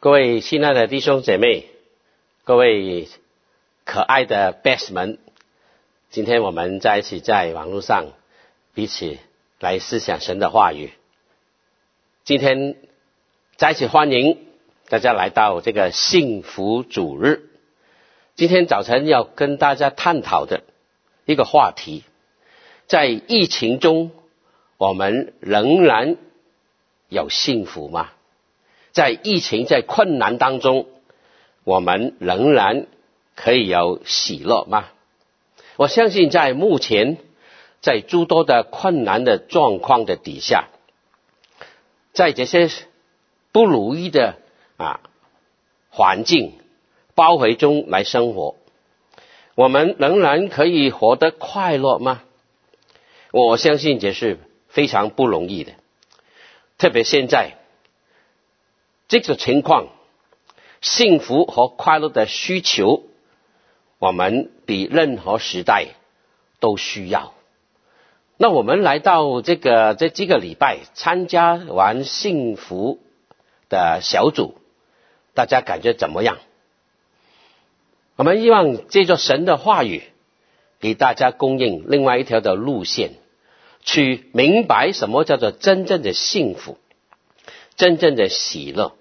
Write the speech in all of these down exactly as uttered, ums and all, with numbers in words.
各位亲爱的弟兄姐妹，各位可爱的 best 们，今天我们在一起在网络上彼此来思想神的话语。今天在一起欢迎大家来到这个幸福主日。今天早晨要跟大家探讨的一个话题，在疫情中我们仍然有幸福吗？在疫情在困难当中，我们仍然可以有喜乐吗？我相信在目前在诸多的困难的状况的底下，在这些不如意的啊环境包围中来生活，我们仍然可以活得快乐吗？我相信这是非常不容易的，特别现在这个情况，幸福和快乐的需求，我们比任何时代都需要。那我们来到这个这几个礼拜参加完幸福的小组，大家感觉怎么样？我们希望借着神的话语给大家供应另外一条的路线，去明白什么叫做真正的幸福，真正的喜乐。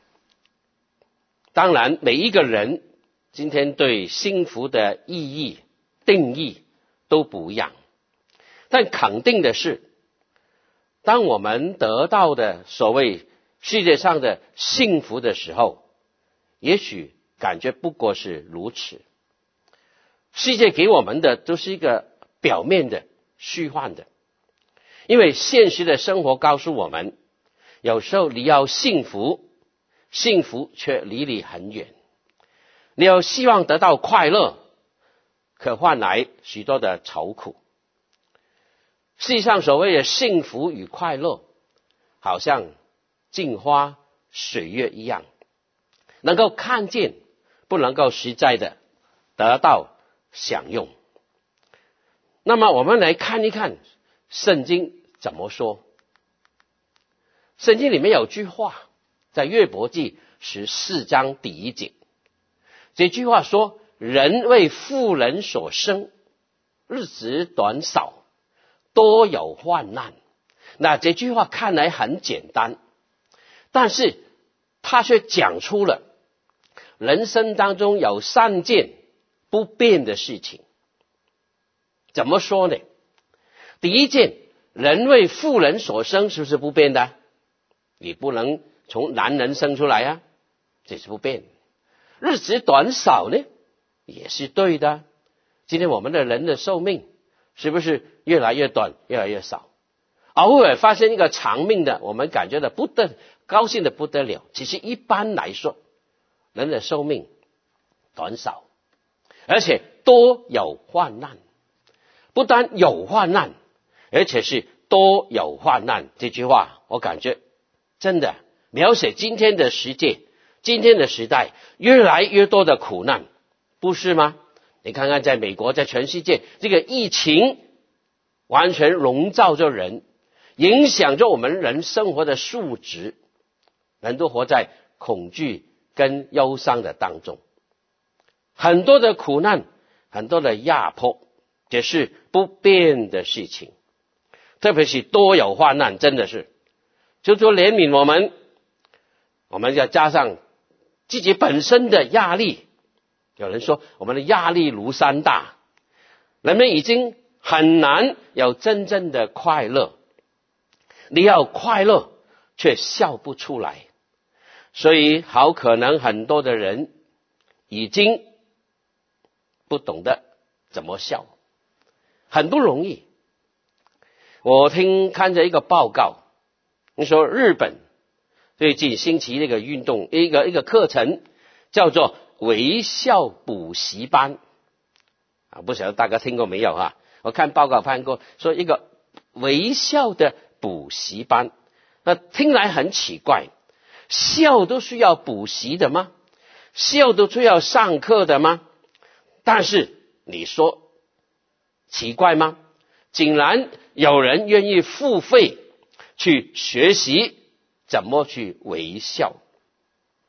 当然每一个人今天对幸福的意义定义都不一样，但肯定的是，当我们得到的所谓世界上的幸福的时候，也许感觉不过是如此。世界给我们的都是一个表面的虚幻的，因为现实的生活告诉我们，有时候你要幸福，幸福却离你很远；你要希望得到快乐，可换来许多的愁苦。世界上所谓的幸福与快乐，好像镜花水月一样，能够看见，不能够实在的得到享用。那么我们来看一看圣经怎么说。圣经里面有句话，在约伯记十四章第一节，这句话说，人为妇人所生，日子短少，多有患难。那这句话看来很简单，但是他却讲出了人生当中有三件不变的事情。怎么说呢？第一件，人为妇人所生，是不是不变的？你不能从男人生出来啊，这是不变。日子短少呢，也是对的。今天我们的人的寿命是不是越来越短，越来越少？偶尔发生一个长命的，我们感觉到不得高兴的不得了。其实一般来说，人的寿命短少，而且多有患难。不单有患难，而且是多有患难。这句话我感觉真的描写今天的世界，今天的时代越来越多的苦难，不是吗？你看看在美国，在全世界，这个疫情完全笼罩着人，影响着我们人生活的素质，人都活在恐惧跟忧伤的当中，很多的苦难，很多的压迫，这是不变的事情。特别是多有患难，真的是求主怜悯我们，我们要加上自己本身的压力。有人说我们的压力如山大，人们已经很难有真正的快乐，你要快乐却笑不出来，所以好可能很多的人已经不懂得怎么笑，很不容易。我听看着一个报告，你说日本最近兴起那个运动，一个一个课程叫做微笑补习班啊，不晓得大家听过没有啊？我看报告看过，说一个微笑的补习班，那听来很奇怪，笑都需要补习的吗？笑都需要上课的吗？但是你说奇怪吗？竟然有人愿意付费去学习怎么去微笑。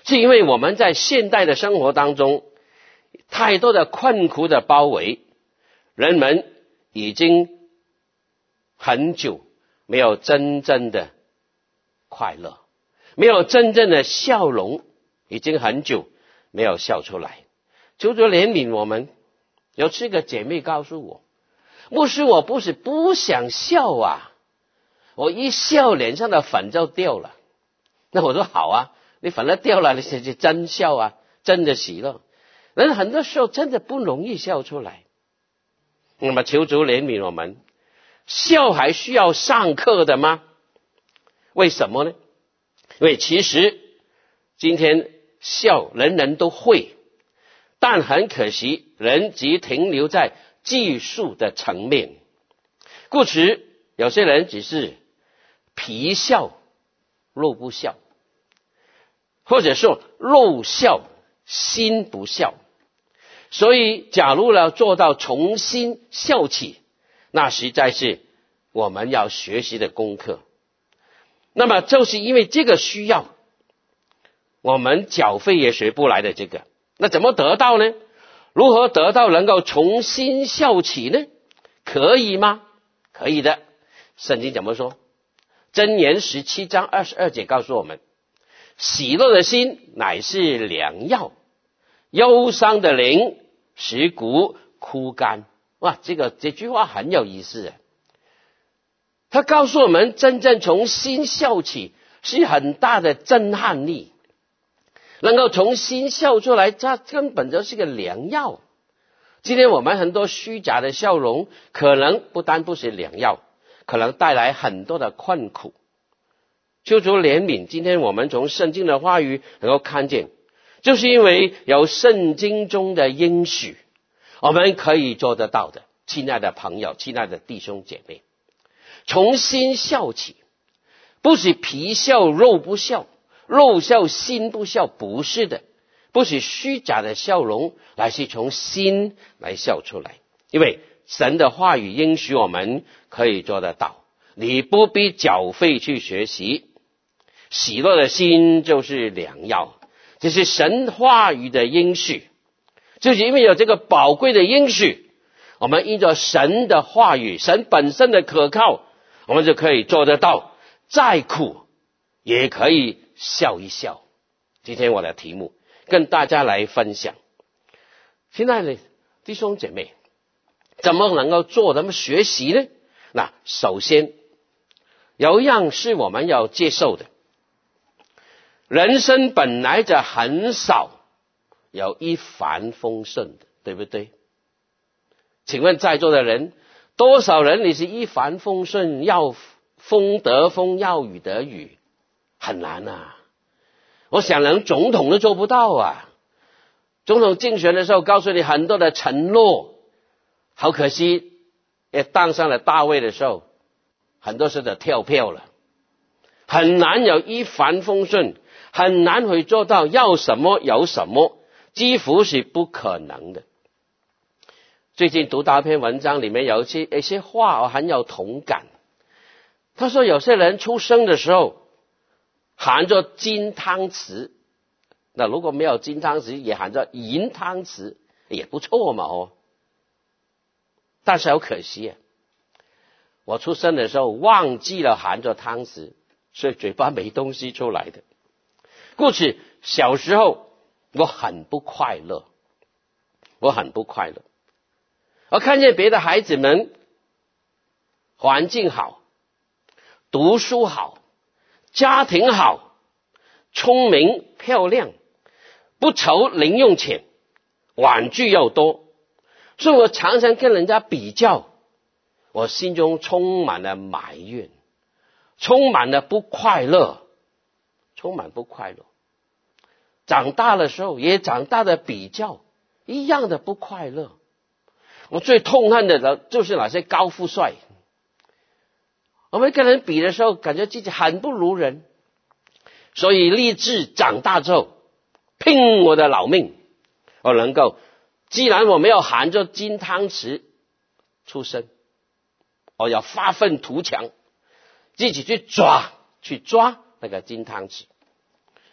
是因为我们在现代的生活当中，太多的困苦的包围，人们已经很久没有真正的快乐，没有真正的笑容，已经很久没有笑出来。求主怜悯我们。有这个姐妹告诉我，牧师，我不是不想笑啊，我一笑脸上的粉就掉了。那我说好啊，你粉都掉了，你是真笑啊，真的喜乐。人很多时候真的不容易笑出来。那么求主怜悯我们，笑还需要上课的吗？为什么呢？因为其实今天笑人人都会，但很可惜人只停留在技术的层面，故此有些人只是皮笑肉不笑，或者说肉笑心不笑。所以假如要做到重新笑起，那实在是我们要学习的功课。那么就是因为这个需要，我们缴费也学不来的这个，那怎么得到呢？如何得到能够重新笑起呢？可以吗？可以的。圣经怎么说？箴言十七章二十二节告诉我们，喜乐的心乃是良药，忧伤的灵使骨枯干。哇，这个这句话很有意思。他告诉我们，真正从心笑起是很大的震撼力，能够从心笑出来，它根本就是个良药。今天我们很多虚假的笑容，可能不单不是良药，可能带来很多的困苦。求主怜悯，今天我们从圣经的话语能够看见，就是因为有圣经中的应许，我们可以做得到的。亲爱的朋友，亲爱的弟兄姐妹，从心笑起，不是皮笑肉不笑，肉笑心不笑，不是的，不是虚假的笑容，乃是从心来笑出来。因为神的话语应许我们可以做得到，你不必缴费去学习。喜乐的心就是良药，这是神话语的应许。就是因为有这个宝贵的应许，我们依着神的话语，神本身的可靠，我们就可以做得到，再苦也可以笑一笑。今天我的题目跟大家来分享，亲爱的弟兄姐妹，怎么能够做，怎么学习呢？那首先有一样是我们要接受的，人生本来就很少有一帆风顺的，对不对？请问在座的人，多少人你是一帆风顺，要风得风，要雨得雨？很难啊。我想连总统都做不到啊。总统竞选的时候告诉你很多的承诺，好可惜也当上了大位的时候，很多时候都跳票了。很难有一帆风顺，很难会做到要什么有什么，几乎是不可能的。最近读到一篇文章，里面有一些一些话我很有同感。他说有些人出生的时候含着金汤匙，那如果没有金汤匙也含着银汤匙也不错嘛哦。但是好可惜啊，我出生的时候忘记了含着汤匙，所以嘴巴没东西出来的。故此小时候我很不快乐，我很不快乐。我看见别的孩子们环境好，读书好，家庭好，聪明漂亮，不愁零用钱，玩具又多，所以我常常跟人家比较，我心中充满了埋怨，充满了不快乐，充满不快乐。长大的时候也长大的比较，一样的不快乐。我最痛恨的就是那些高富帅，我们跟人比的时候感觉自己很不如人，所以立志长大之后拼我的老命，我能够既然我没有含着金汤匙出生，我要发愤图强，自己去抓去抓那个金汤匙。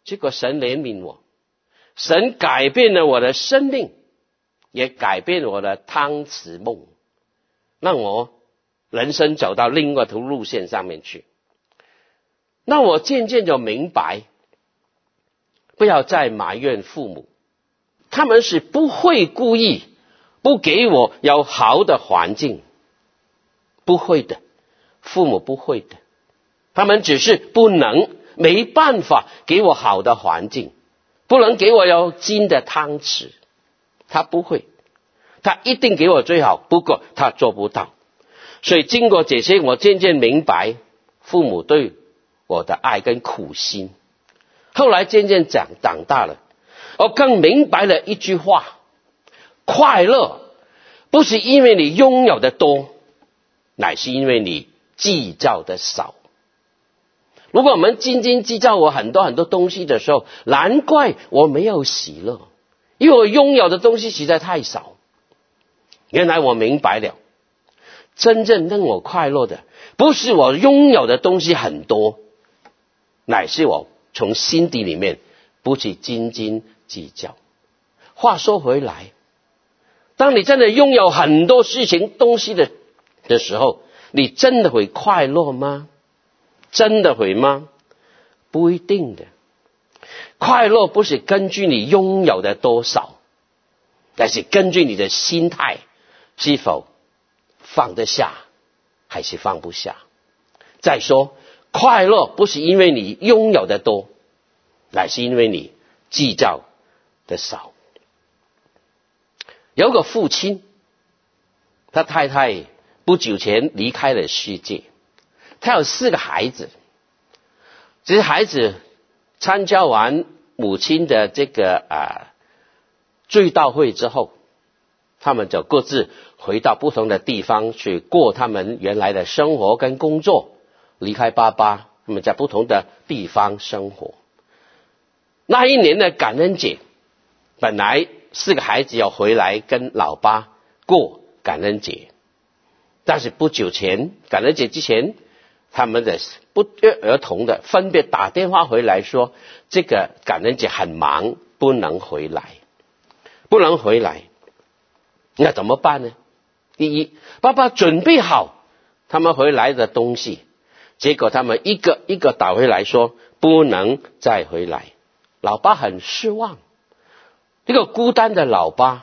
结果神怜悯我，神改变了我的生命，也改变我的汤匙梦，让我人生走到另外一条路线上面去。那我渐渐就明白，不要再埋怨父母，他们是不会故意不给我有好的环境，不会的，父母不会的，他们只是不能，没办法给我好的环境，不能给我有金的汤匙，他不会，他一定给我最好，不过他做不到。所以经过这些，我渐渐明白父母对我的爱跟苦心。后来渐渐长长大了，我更明白了一句话，快乐不是因为你拥有的多，乃是因为你计较的少。如果我们斤斤计较我很多很多东西的时候，难怪我没有喜乐，因为我拥有的东西实在太少。原来我明白了，真正让我快乐的不是我拥有的东西很多，乃是我从心底里面不去斤斤计较。话说回来，当你真的拥有很多事情东西的的时候，你真的会快乐吗？真的会吗？不一定的。快乐不是根据你拥有的多少，但是根据你的心态是否放得下还是放不下。再说，快乐不是因为你拥有的多，乃是因为你计较的少。有个父亲，他太太不久前离开了世界，他有四个孩子。这些孩子参加完母亲的这个啊追悼会之后，他们就各自回到不同的地方去过他们原来的生活跟工作，离开爸爸，他们在不同的地方生活。那一年的感恩节，本来四个孩子要回来跟老爸过感恩节，但是不久前，感恩节之前，他们的不约而同的分别打电话回来说，这个感恩节很忙，不能回来，不能回来。那怎么办呢？第一，爸爸准备好他们回来的东西，结果他们一个一个打回来说不能再回来。老爸很失望，这个孤单的老爸，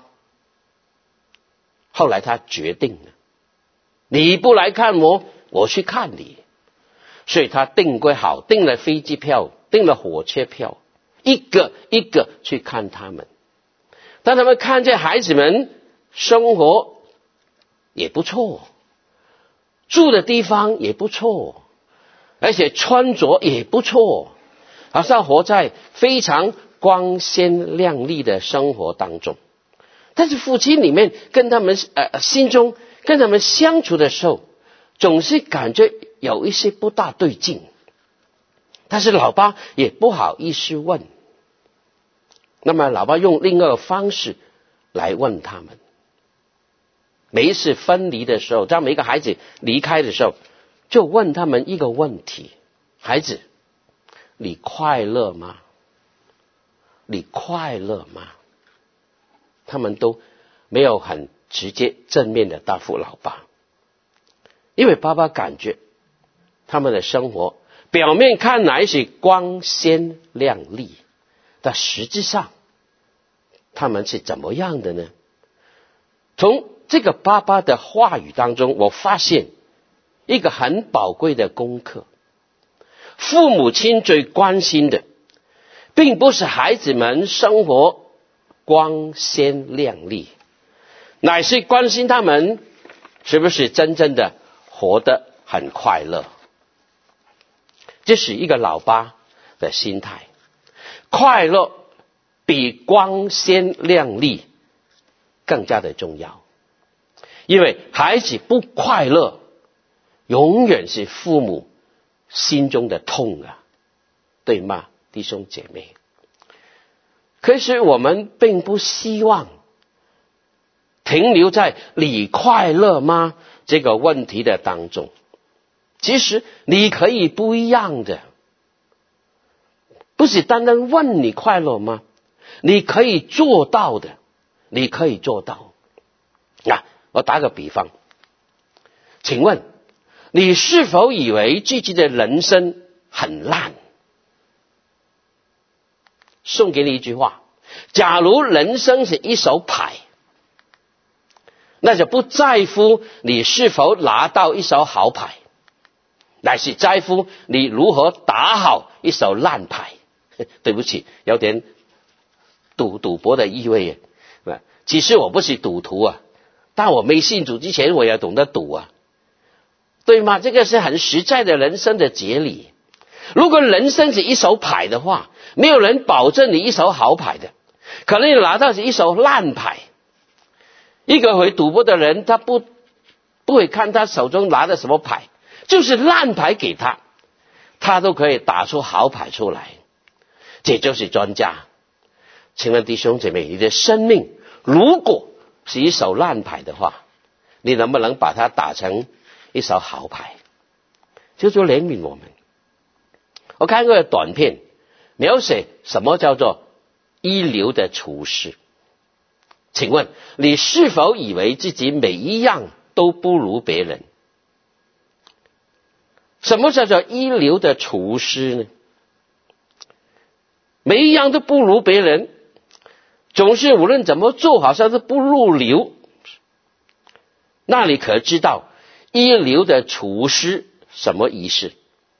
后来他决定了，你不来看我，我去看你。所以他订规好，订了飞机票，订了火车票，一个一个去看他们。当他们看见孩子们生活也不错，住的地方也不错，而且穿着也不错，好像活在非常光鲜亮丽的生活当中。但是父亲里面跟他们呃心中跟他们相处的时候，总是感觉有一些不大对劲，但是老爸也不好意思问。那么老爸用另外一个方式来问他们。每一次分离的时候，当每一个孩子离开的时候，就问他们一个问题：孩子，你快乐吗？你快乐吗？他们都没有很直接正面的答复老爸，因为爸爸感觉他们的生活表面看来是光鲜亮丽，但实际上他们是怎么样的呢？从这个爸爸的话语当中，我发现一个很宝贵的功课。父母亲最关心的并不是孩子们生活光鲜亮丽，乃是关心他们是不是真正的活得很快乐。这是一个老爸的心态，快乐比光鲜亮丽更加的重要。因为孩子不快乐，永远是父母心中的痛啊，对吗，弟兄姐妹？可是我们并不希望停留在你快乐吗这个问题的当中。其实你可以不一样的， 不是单单问你快乐吗？你可以做到的，你可以做到。啊，我打个比方，请问你是否以为自己的人生很烂？送给你一句话，假如人生是一手牌，那就不在乎你是否拿到一手好牌，乃是在乎你如何打好一手烂牌。对不起，有点赌赌博的意味。其实我不是赌徒啊，但我没信主之前我也懂得赌啊，对吗？这个是很实在的人生的哲理。如果人生是一手牌的话，没有人保证你一手好牌的，可能你拿到是一手烂牌。一个会赌博的人，他不不会看他手中拿的什么牌，就是烂牌给他，他都可以打出好牌出来。这就是专家。请问弟兄姐妹，你的生命如果是一手烂牌的话，你能不能把它打成一手好牌？求主怜悯我们。我看过短片，描写什么叫做一流的厨师。请问你是否以为自己每一样都不如别人？什么叫做一流的厨师呢？每一样都不如别人，总是无论怎么做好像是不入流。那你可知道一流的厨师什么意思？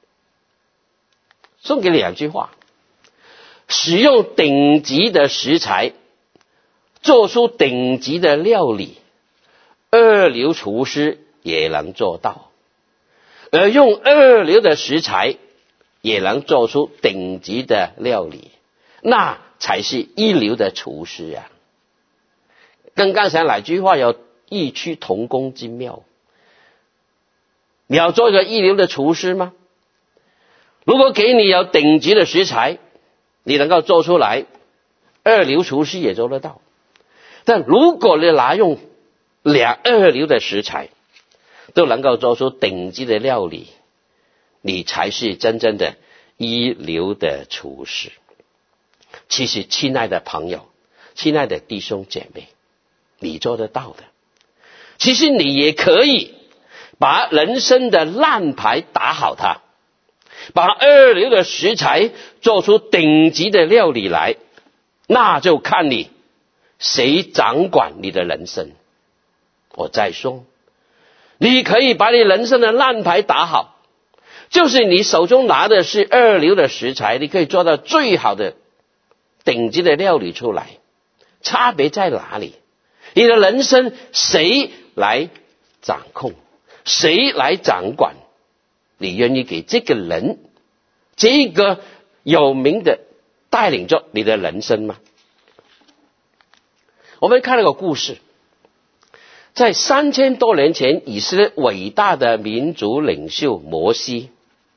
送给你两句话：使用顶级的食材，做出顶级的料理，二流厨师也能做到；而用二流的食材也能做出顶级的料理，那才是一流的厨师啊！跟刚才那句话有异曲同工之妙。你要做一个一流的厨师吗？如果给你有顶级的食材，你能够做出来，二流厨师也做得到。但如果你拿用两二流的食材都能够做出顶级的料理，你才是真正的一流的厨师。其实亲爱的朋友，亲爱的弟兄姐妹，你做得到的。其实你也可以把人生的烂牌打好它，把二流的食材做出顶级的料理来，那就看你谁掌管你的人生。我再说，你可以把你人生的烂牌打好，就是你手中拿的是二流的食材，你可以做到最好的顶级的料理出来。差别在哪里？你的人生谁来掌控，谁来掌管？你愿意给这个人，这个有名的带领着你的人生吗？我们看了个故事，在三千多年前，以色列伟大的民族领袖摩西。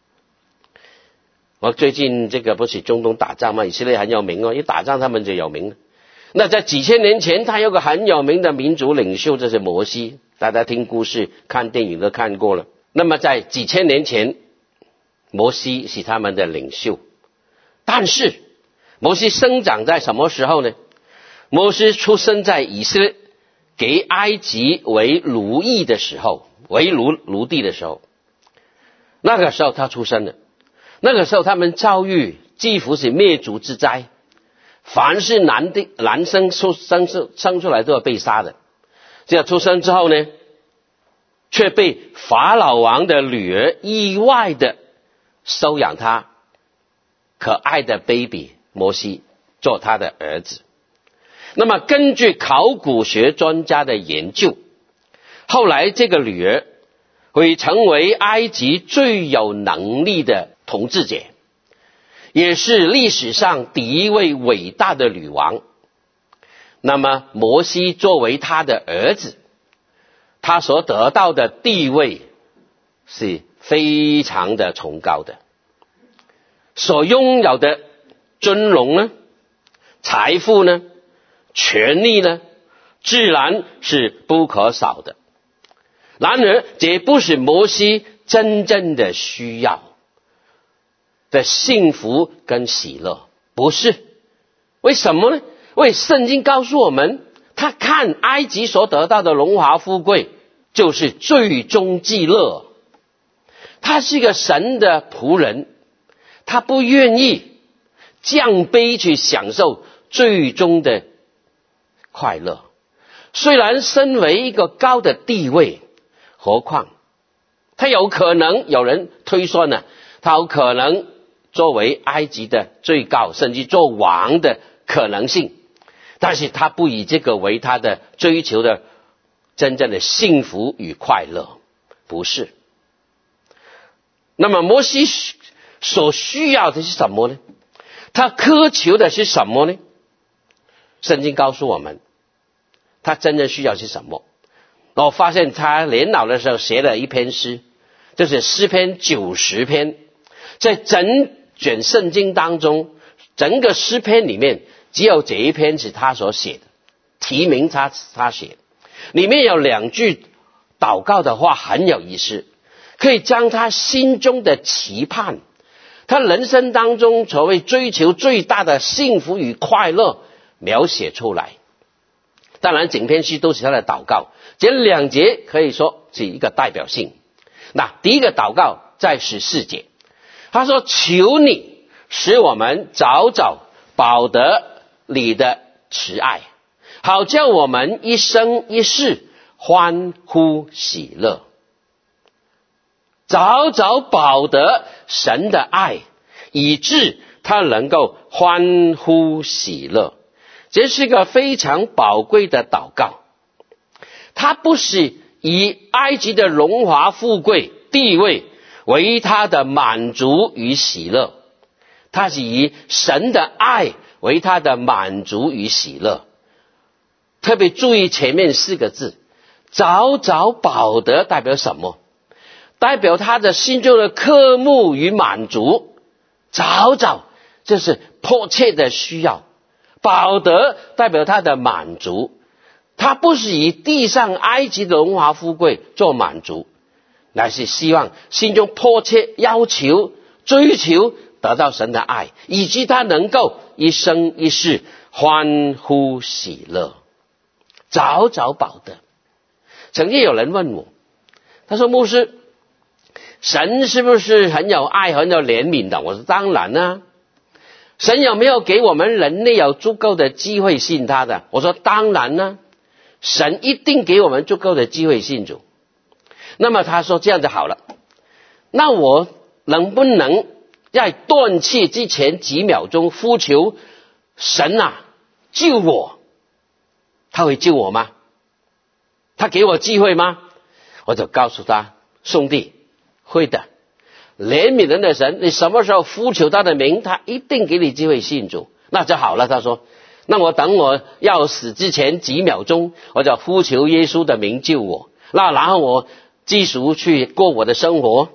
我最近这个不是中东打仗吗？以色列很有名哦，一打仗他们就有名了。那在几千年前，他有个很有名的民族领袖，这是摩西。大家听故事、看电影都看过了。那么在几千年前，摩西是他们的领袖。但是摩西生长在什么时候呢？摩西出生在以色列给埃及为奴役的时候，为奴奴隶的时候，那个时候他出生了。那个时候他们遭遇几乎是灭族之灾，凡是男的男生出生生出来都要被杀的。这样出生之后呢，却被法老王的女儿意外的收养他可爱的 baby 摩西做他的儿子。那么根据考古学专家的研究，后来这个女儿会成为埃及最有能力的统治者，也是历史上第一位伟大的女王。那么摩西作为他的儿子，他所得到的地位是非常的崇高的，所拥有的尊荣呢、财富呢、权力呢，自然是不可少的。然而这不是摩西真正的需要。 的幸福跟喜乐，不是。为什么呢？因为圣经告诉我们，他看埃及所得到的荣华富贵就是最终极乐。他是一个神的仆人，他不愿意降卑去享受最终的快乐。虽然身为一个高的地位，何况他有可能，有人推算呢，他有可能作为埃及的最高，甚至做王的可能性，但是他不以这个为他的追求的真正的幸福与快乐，不是。那么摩西所需要的是什么呢？他苛求的是什么呢？圣经告诉我们，他真正需要是什么？我发现他年老的时候写了一篇诗，就是诗篇九十篇，在整卷圣经当中，整个诗篇里面只有这一篇是他所写的，题名他他写，里面有两句祷告的话很有意思，可以将他心中的期盼，他人生当中所谓追求最大的幸福与快乐描写出来。当然整篇诗都是他的祷告，这两节可以说是一个代表性。那第一个祷告在十四节，他说，求你使我们早早饱得你的慈爱，好叫我们一生一世欢呼喜乐。早早饱得神的爱，以致他能够欢呼喜乐，这是一个非常宝贵的祷告。他不是以埃及的荣华富贵地位为他的满足与喜乐，他是以神的爱为他的满足与喜乐。特别注意前面四个字，早早饱得代表什么？代表他的心中的渴慕与满足。早早就是迫切的需要，饱得代表他的满足。他不是以地上埃及的荣华富贵做满足，乃是希望心中迫切要求追求得到神的爱，以及他能够一生一世欢呼喜乐，早早饱得。曾经有人问我，他说，牧师，神是不是很有爱很有怜悯的？我说当然啊。神有没有给我们人类有足够的机会信他的？我说当然啊。神一定给我们足够的机会信主。那么他说这样就好了，那我能不能在断气之前几秒钟呼求神啊救我？他会救我吗？他给我机会吗？我就告诉他，兄弟，会的。怜悯人的神，你什么时候呼求他的名，他一定给你机会信主。那就好了。他说，那我等我要死之前几秒钟，我就呼求耶稣的名救我，那然后我继续去过我的生活。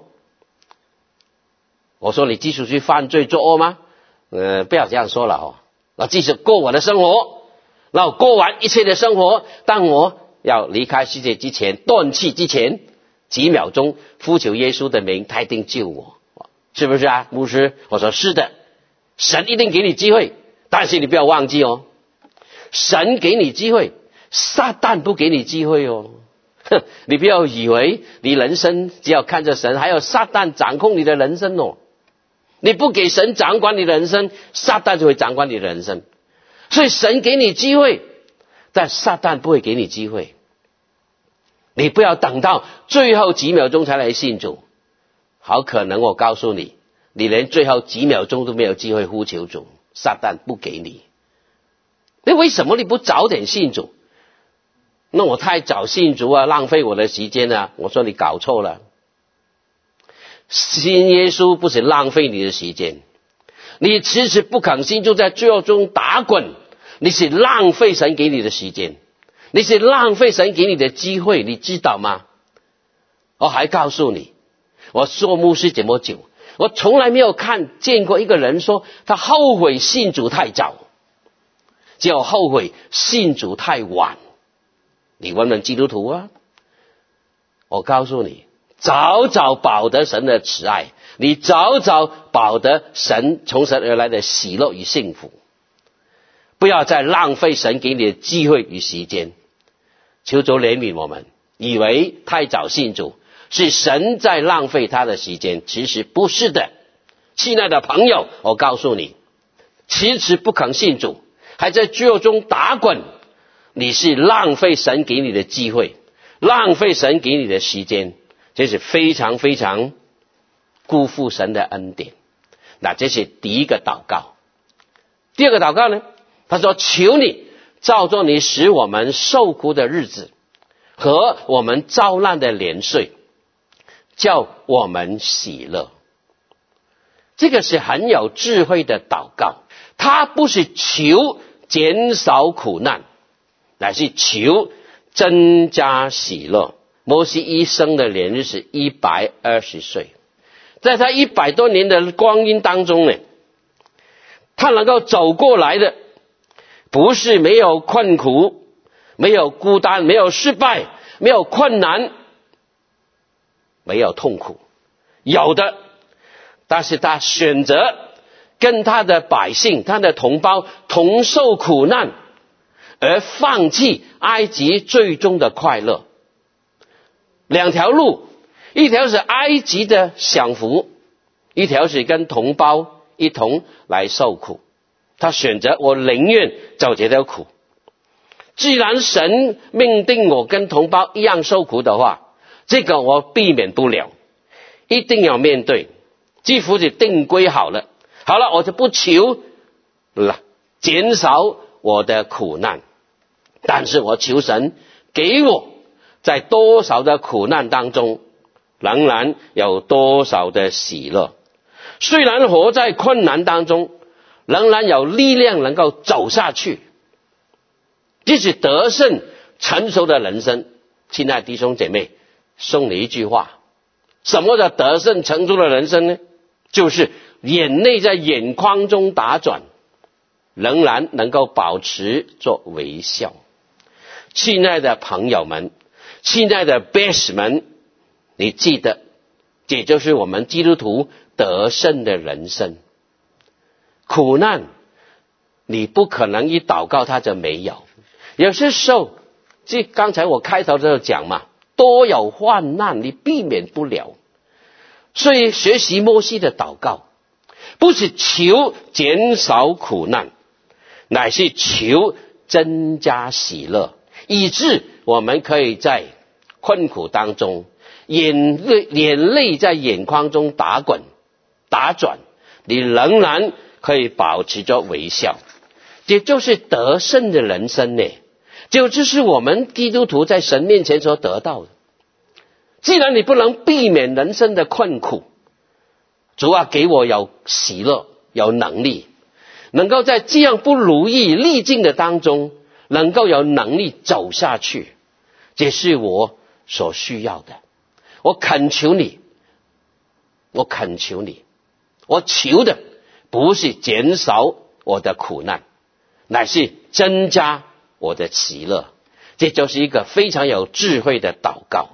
我说，你继续去犯罪作恶吗？呃，不要这样说了哦。我继续过我的生活，然后过完一切的生活，当我要离开世界之前，断气之前几秒钟呼求耶稣的名，他一定救我，是不是啊，牧师？我说是的，神一定给你机会，但是你不要忘记哦，神给你机会，撒旦不给你机会哦。哼，你不要以为你人生只要看着神，还有撒旦掌控你的人生哦。你不给神掌管你的人生，撒旦就会掌管你的人生。所以神给你机会，但撒旦不会给你机会。你不要等到最后几秒钟才来信主，好可能我告诉你，你连最后几秒钟都没有机会呼求主，撒旦不给你。那为什么你不早点信主？那我太早信主啊，浪费我的时间啊。我说你搞错了，信耶稣不是浪费你的时间，你迟迟不肯信，就在罪恶中打滚，你是浪费神给你的时间，你是浪费神给你的机会，你知道吗？我还告诉你，我做牧师这么久，我从来没有看见过一个人说他后悔信主太早，只有后悔信主太晚。你问问基督徒啊，我告诉你， 早早饱得神的慈爱，你早早饱得神从神而来的喜乐与幸福。不要再浪费神给你的机会与时间。求主怜悯我们，以为太早信主是神在浪费他的时间，其实不是的。亲爱的朋友，我告诉你，迟迟不肯信主，还在罪恶中打滚，你是浪费神给你的机会，浪费神给你的时间，这是非常非常辜负神的恩典。那这是第一个祷告。第二个祷告呢，他说求你照着你使我们受苦的日子和我们遭难的年岁，叫我们喜乐。这个是很有智慧的祷告，他不是求减少苦难，乃是求增加喜乐。摩西一生的年日是一百二十岁，在他一百多年的光阴当中呢，他能够走过来的不是没有困苦，没有孤单，没有失败，没有困难，没有痛苦，有的，但是他选择跟他的百姓，他的同胞同受苦难，而放弃埃及最终的快乐。两条路，一条是埃及的享福，一条是跟同胞一同来受苦。他选择我宁愿走这条苦。既然神命定我跟同胞一样受苦的话，这个我避免不了，一定要面对。既福是定规好了，好了，我就不求了减少我的苦难，但是我求神给我在多少的苦难当中仍然有多少的喜乐。虽然活在困难当中，仍然有力量能够走下去，这是得胜成熟的人生。亲爱的弟兄姐妹，送你一句话，什么叫得胜成熟的人生呢？就是眼泪在眼眶中打转，仍然能够保持着微笑。亲爱的朋友们，亲爱的 best 们，你记得，这就是我们基督徒得胜的人生。苦难你不可能一祷告它就没有，有些时候这刚才我开头的时候讲嘛，多有患难你避免不了。所以学习摩西的祷告，不是求减少苦难，乃是求增加喜乐，以致我们可以在困苦当中，眼泪眼泪在眼眶中打滚打转，你仍然可以保持着微笑。这就是得胜的人生呢，就这是我们基督徒在神面前所得到的。既然你不能避免人生的困苦，主啊，给我有喜乐，有能力，能够在这样不如意逆境的当中，能够有能力走下去，这是我所需要的。我恳求你，我恳求你，我求的不是减少我的苦难，乃是增加我的喜乐。这就是一个非常有智慧的祷告。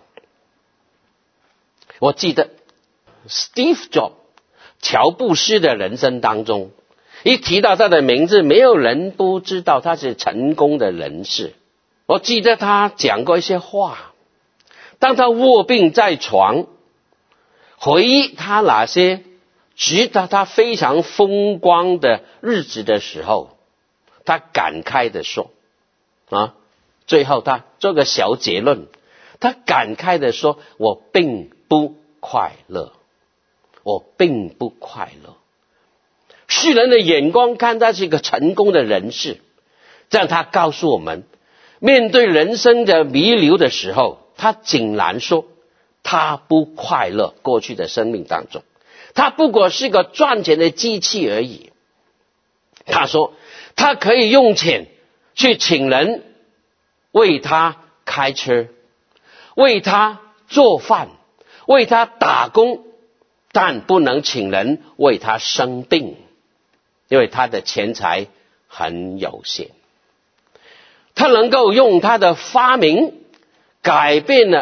我记得 Steve Jobs 乔布斯的人生当中，一提到他的名字，没有人不知道他是成功的人士。我记得他讲过一些话，当他卧病在床，回忆他那些值得他非常风光的日子的时候，他感慨地说啊，最后他做个小结论，他感慨地说，我并不快乐，我并不快乐。世人的眼光看他是一个成功的人士，这样他告诉我们，面对人生的弥留的时候，他竟然说他不快乐。过去的生命当中，他不过是个赚钱的机器而已。他说他可以用钱去请人为他开车，为他做饭，为他打工，但不能请人为他生病，因为他的钱财很有限。他能够用他的发明改变了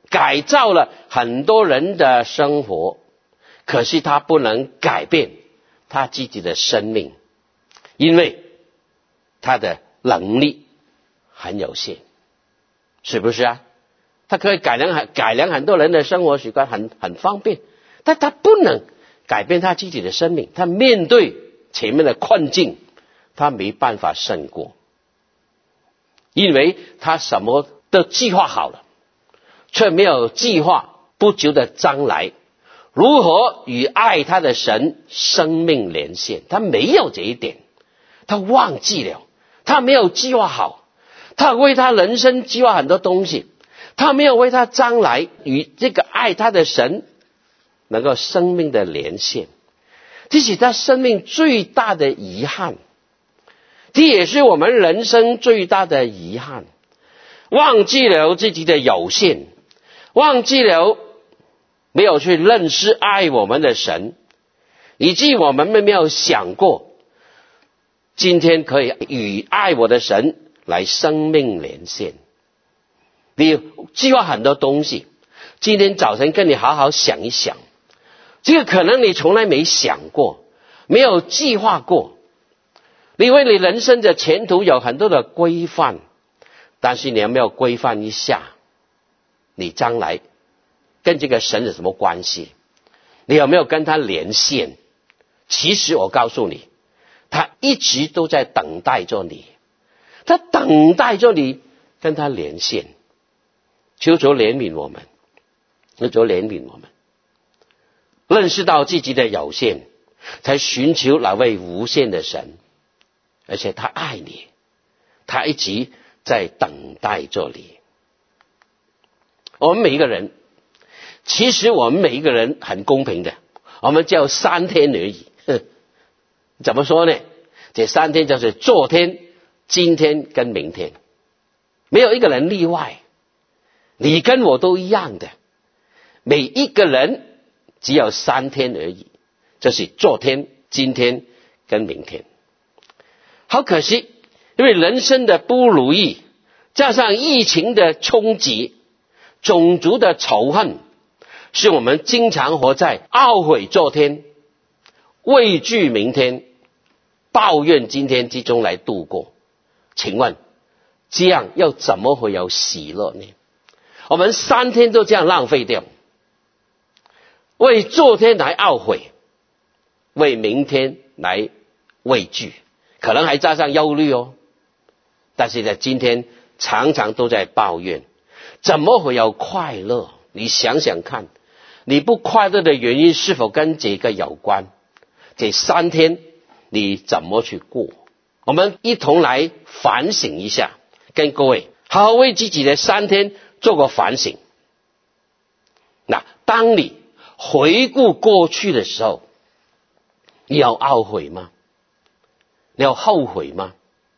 改造了很多人的生活，可是他不能改变他自己的生命，因为他的能力很有限，是不是啊？他可以改良很改良很多人的生活习惯，很很方便，但他不能改变他自己的生命。他面对前面的困境，他没办法胜过，因为他什么都计划好了，却没有计划不久的将来如何与爱他的神生命连线。他没有这一点，他忘记了，他没有计划好，他为他人生计划很多东西，他没有为他将来与这个爱他的神能够生命的连线。这是他生命最大的遗憾，这也是我们人生最大的遗憾。忘记了自己的有限，忘记了没有去认识爱我们的神，以及我们没有想过今天可以与爱我的神来生命连线。你计划很多东西，今天早晨跟你好好想一想，这个可能你从来没想过，没有计划过。你为你人生的前途有很多的规范，但是你有没有规范一下你将来跟这个神有什么关系？你有没有跟他连线？其实我告诉你，他一直都在等待着你，他等待着你跟他连线。求主怜悯我们，求主怜悯我们，认识到自己的有限，才寻求那位无限的神，而且他爱你，他一直在等待着你。我们每一个人，其实我们每一个人很公平的，我们只有三天而已。怎么说呢？这三天就是昨天、今天跟明天，没有一个人例外。你跟我都一样的，每一个人只有三天而已，就是昨天、今天跟明天。好可惜，因为人生的不如意，加上疫情的冲击，种族的仇恨，使我们经常活在懊悔昨天、畏惧明天、抱怨今天之中来度过。请问这样又怎么会有喜乐呢？我们三天都这样浪费掉，为昨天来懊悔，为明天来畏惧，可能还加上忧虑哦。但是在今天常常都在抱怨，怎么会有快乐？你想想看，你不快乐的原因是否跟这个有关？这三天你怎么去过？我们一同来反省一下，跟各位好好为自己的三天做个反省。那当你回顾过去的时候，你有懊悔吗？你有后悔吗？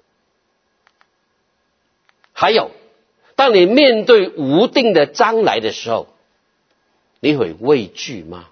还有，当你面对无定的将来的时候，你会畏惧吗？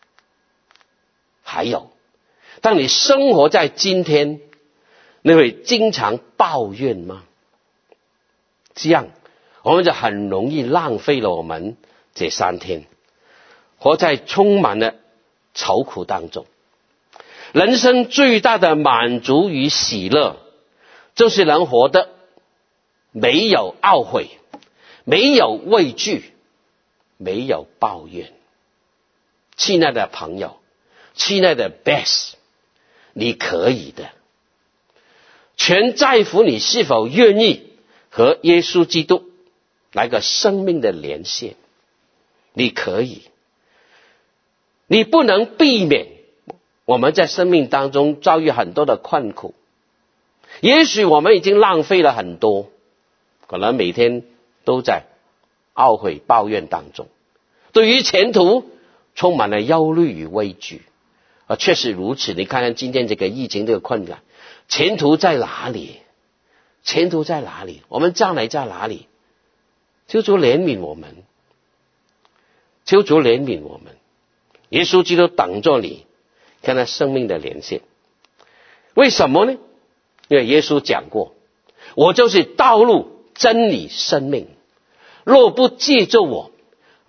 还有，当你生活在今天，你会经常抱怨吗？这样我们就很容易浪费了我们这三天，活在充满了愁苦当中。人生最大的满足与喜乐，就是能活得没有懊悔，没有畏惧，没有抱怨。亲爱的朋友，亲爱的 Bess， 你可以的，全在乎你是否愿意和耶稣基督来个生命的连线。你可以，你不能避免我们在生命当中遭遇很多的困苦，也许我们已经浪费了很多，可能每天都在懊悔抱怨当中，对于前途充满了忧虑与畏惧。啊，确实如此。你看看今天这个疫情这个困难，前途在哪里？前途在哪里？我们将来在哪里？求主怜悯我们，求主怜悯我们。耶稣基督等着你跟他生命的连线。为什么呢？因为耶稣讲过，我就是道路、真理、生命，若不借着我，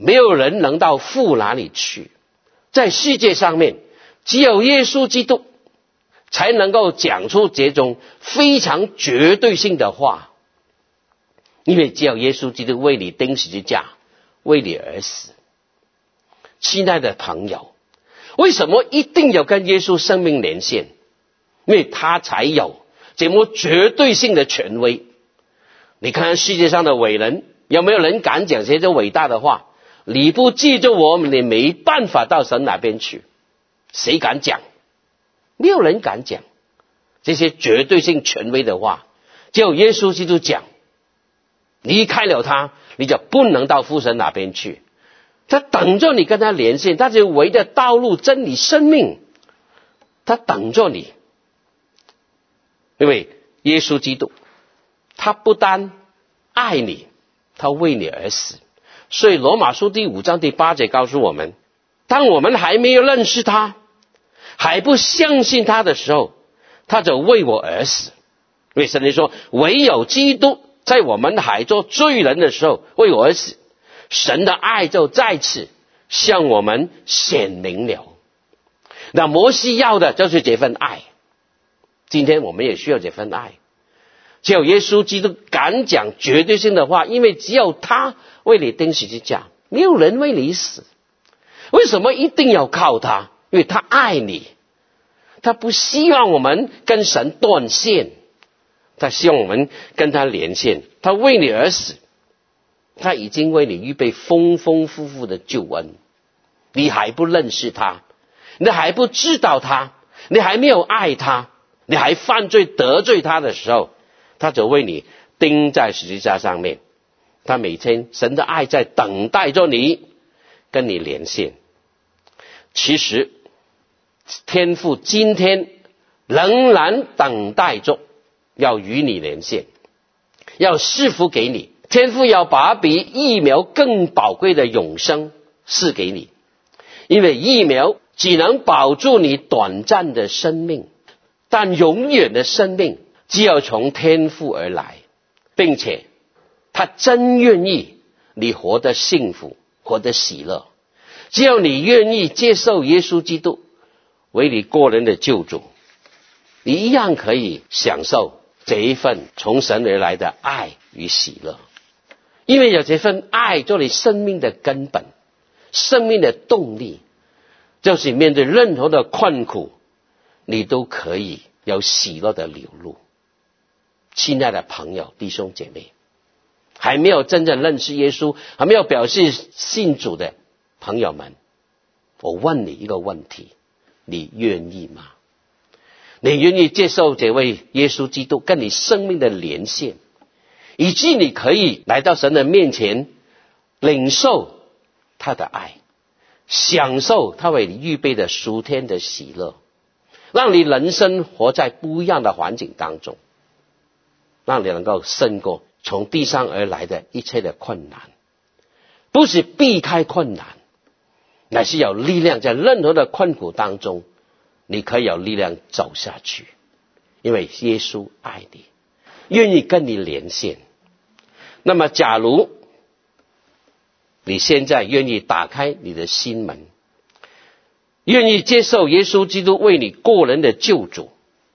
没有人能到父哪里去。在世界上面，只有耶稣基督才能够讲出这种非常绝对性的话，因为只有耶稣基督为你钉十字架，为你而死。亲爱的朋友，为什么一定要跟耶稣生命连线？因为他才有这么绝对性的权威。你看看世界上的伟人，有没有人敢讲这些伟大的话？你不记住我们，你没办法到神那边去。谁敢讲？没有人敢讲这些绝对性权威的话，只有耶稣基督讲。离开了他，你就不能到父神那边去。他等着你跟他连线，他就围着道路、真理、生命，他等着你。因为耶稣基督他不单爱你，他为你而死。所以罗马书第五章第八节告诉我们，当我们还没有认识他，还不相信他的时候，他就为我而死。因为圣经说，唯有基督在我们还做罪人的时候为我而死，神的爱就再次向我们显明了。那摩西要的就是这份爱，今天我们也需要这份爱。只有耶稣基督敢讲绝对性的话，因为只有他为你钉十字架，没有人为你死。为什么一定要靠他？因为他爱你，他不希望我们跟神断线，他希望我们跟他连线。他为你而死，他已经为你预备丰丰富富的救恩。你还不认识他，你还不知道他，你还没有爱他，你还犯罪得罪他的时候，他就为你钉在十字架上面。他每天神的爱在等待着你，跟你连线。其实天父今天仍然等待着要与你连线，要赐福给你。天父要把比疫苗更宝贵的永生赐给你，因为疫苗只能保住你短暂的生命，但永远的生命只有从天父而来，并且他真愿意你活得幸福，活得喜乐。只要你愿意接受耶稣基督为你个人的救主，你一样可以享受这一份从神而来的爱与喜乐。因为有这份爱做你生命的根本，生命的动力，就是面对任何的困苦，你都可以有喜乐的流露。亲爱的朋友弟兄姐妹，还没有真正认识耶稣，还没有表示信主的朋友们，我问你一个问题，你愿意吗？你愿意接受这位耶稣基督跟你生命的连线，以及你可以来到神的面前，领受他的爱，享受他为你预备的属天的喜乐，让你人生活在不一样的环境当中，让你能够胜过从地上而来的一切的困难。不是避开困难，乃是有力量在任何的困苦当中，你可以有力量走下去。因为耶稣爱你，愿意跟你连线。那么假如你现在愿意打开你的心门，愿意接受耶稣基督为你个人的救主，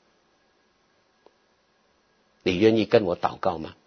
你愿意跟我祷告吗？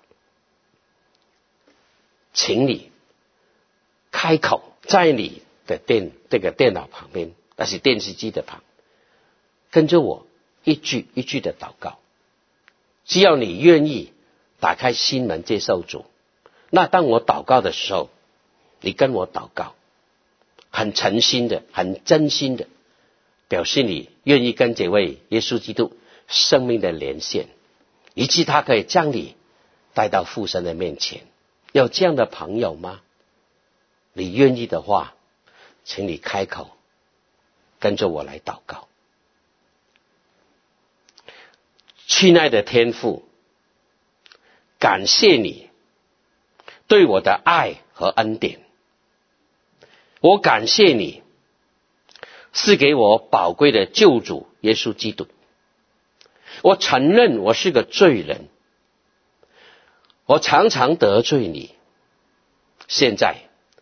请你开口，在你的电这个电脑旁边，那是电视机的旁，跟着我一句一句的祷告。只要你愿意打开心门接受主，那当我祷告的时候，你跟我祷告，很诚心的，很真心的表示你愿意跟这位耶稣基督生命的连线，以及他可以将你带到父神的面前。有这样的朋友吗？你愿意的话，请你开口跟着我来祷告。亲爱的天父，感谢你对我的爱和恩典，我感谢你赐给我宝贵的救主耶稣基督。我承认我是个罪人，我常常得罪你。现在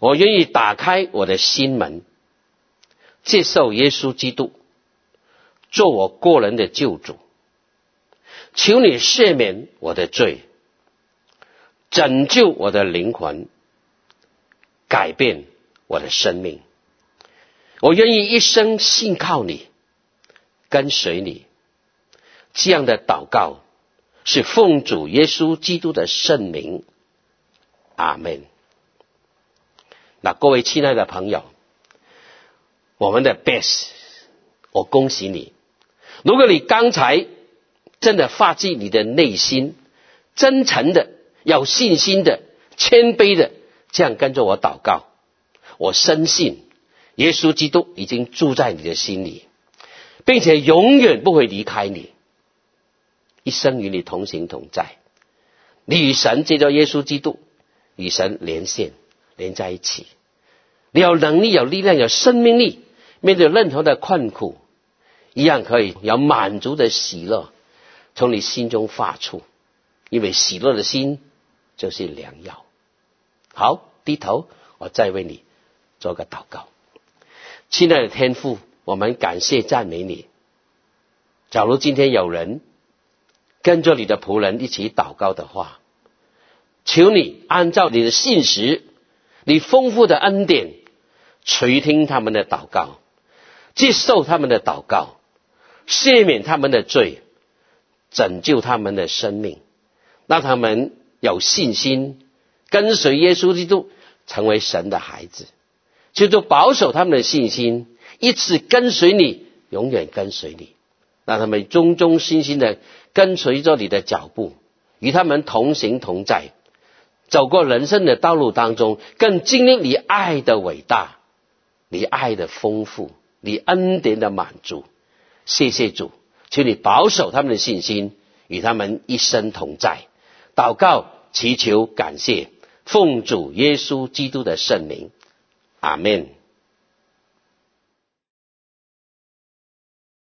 我愿意打开我的心门，接受耶稣基督做我个人的救主。求你赦免我的罪，拯救我的灵魂，改变我的生命。我愿意一生信靠你，跟随你。这样的祷告是奉主耶稣基督的圣名，阿们。那各位亲爱的朋友，我们的 best， 我恭喜你。如果你刚才真的发自你的内心，真诚的、有信心的、谦卑的这样跟着我祷告，我深信耶稣基督已经住在你的心里，并且永远不会离开你，一生与你同行同在。你与神借着耶稣基督与神连线，连在一起。你有能力、有力量、有生命力，面对任何的困苦，一样可以有满足的喜乐从你心中发出，因为喜乐的心就是良药。好，低头，我再为你做个祷告。亲爱的天父，我们感谢赞美你。假如今天有人跟着你的仆人一起祷告的话，求你按照你的信实，你丰富的恩典，垂听他们的祷告，接受他们的祷告，赦免他们的罪，拯救他们的生命，让他们有信心跟随耶稣基督，成为神的孩子。就就保守他们的信心，一直跟随你，永远跟随你，让他们忠忠心心的跟随着你的脚步，与他们同行同在，走过人生的道路当中，更经历你爱的伟大，你爱的丰富，你恩典的满足。谢谢主，求你保守他们的信心，与他们一生同在。祷告祈求感谢，奉主耶稣基督的圣名，阿们。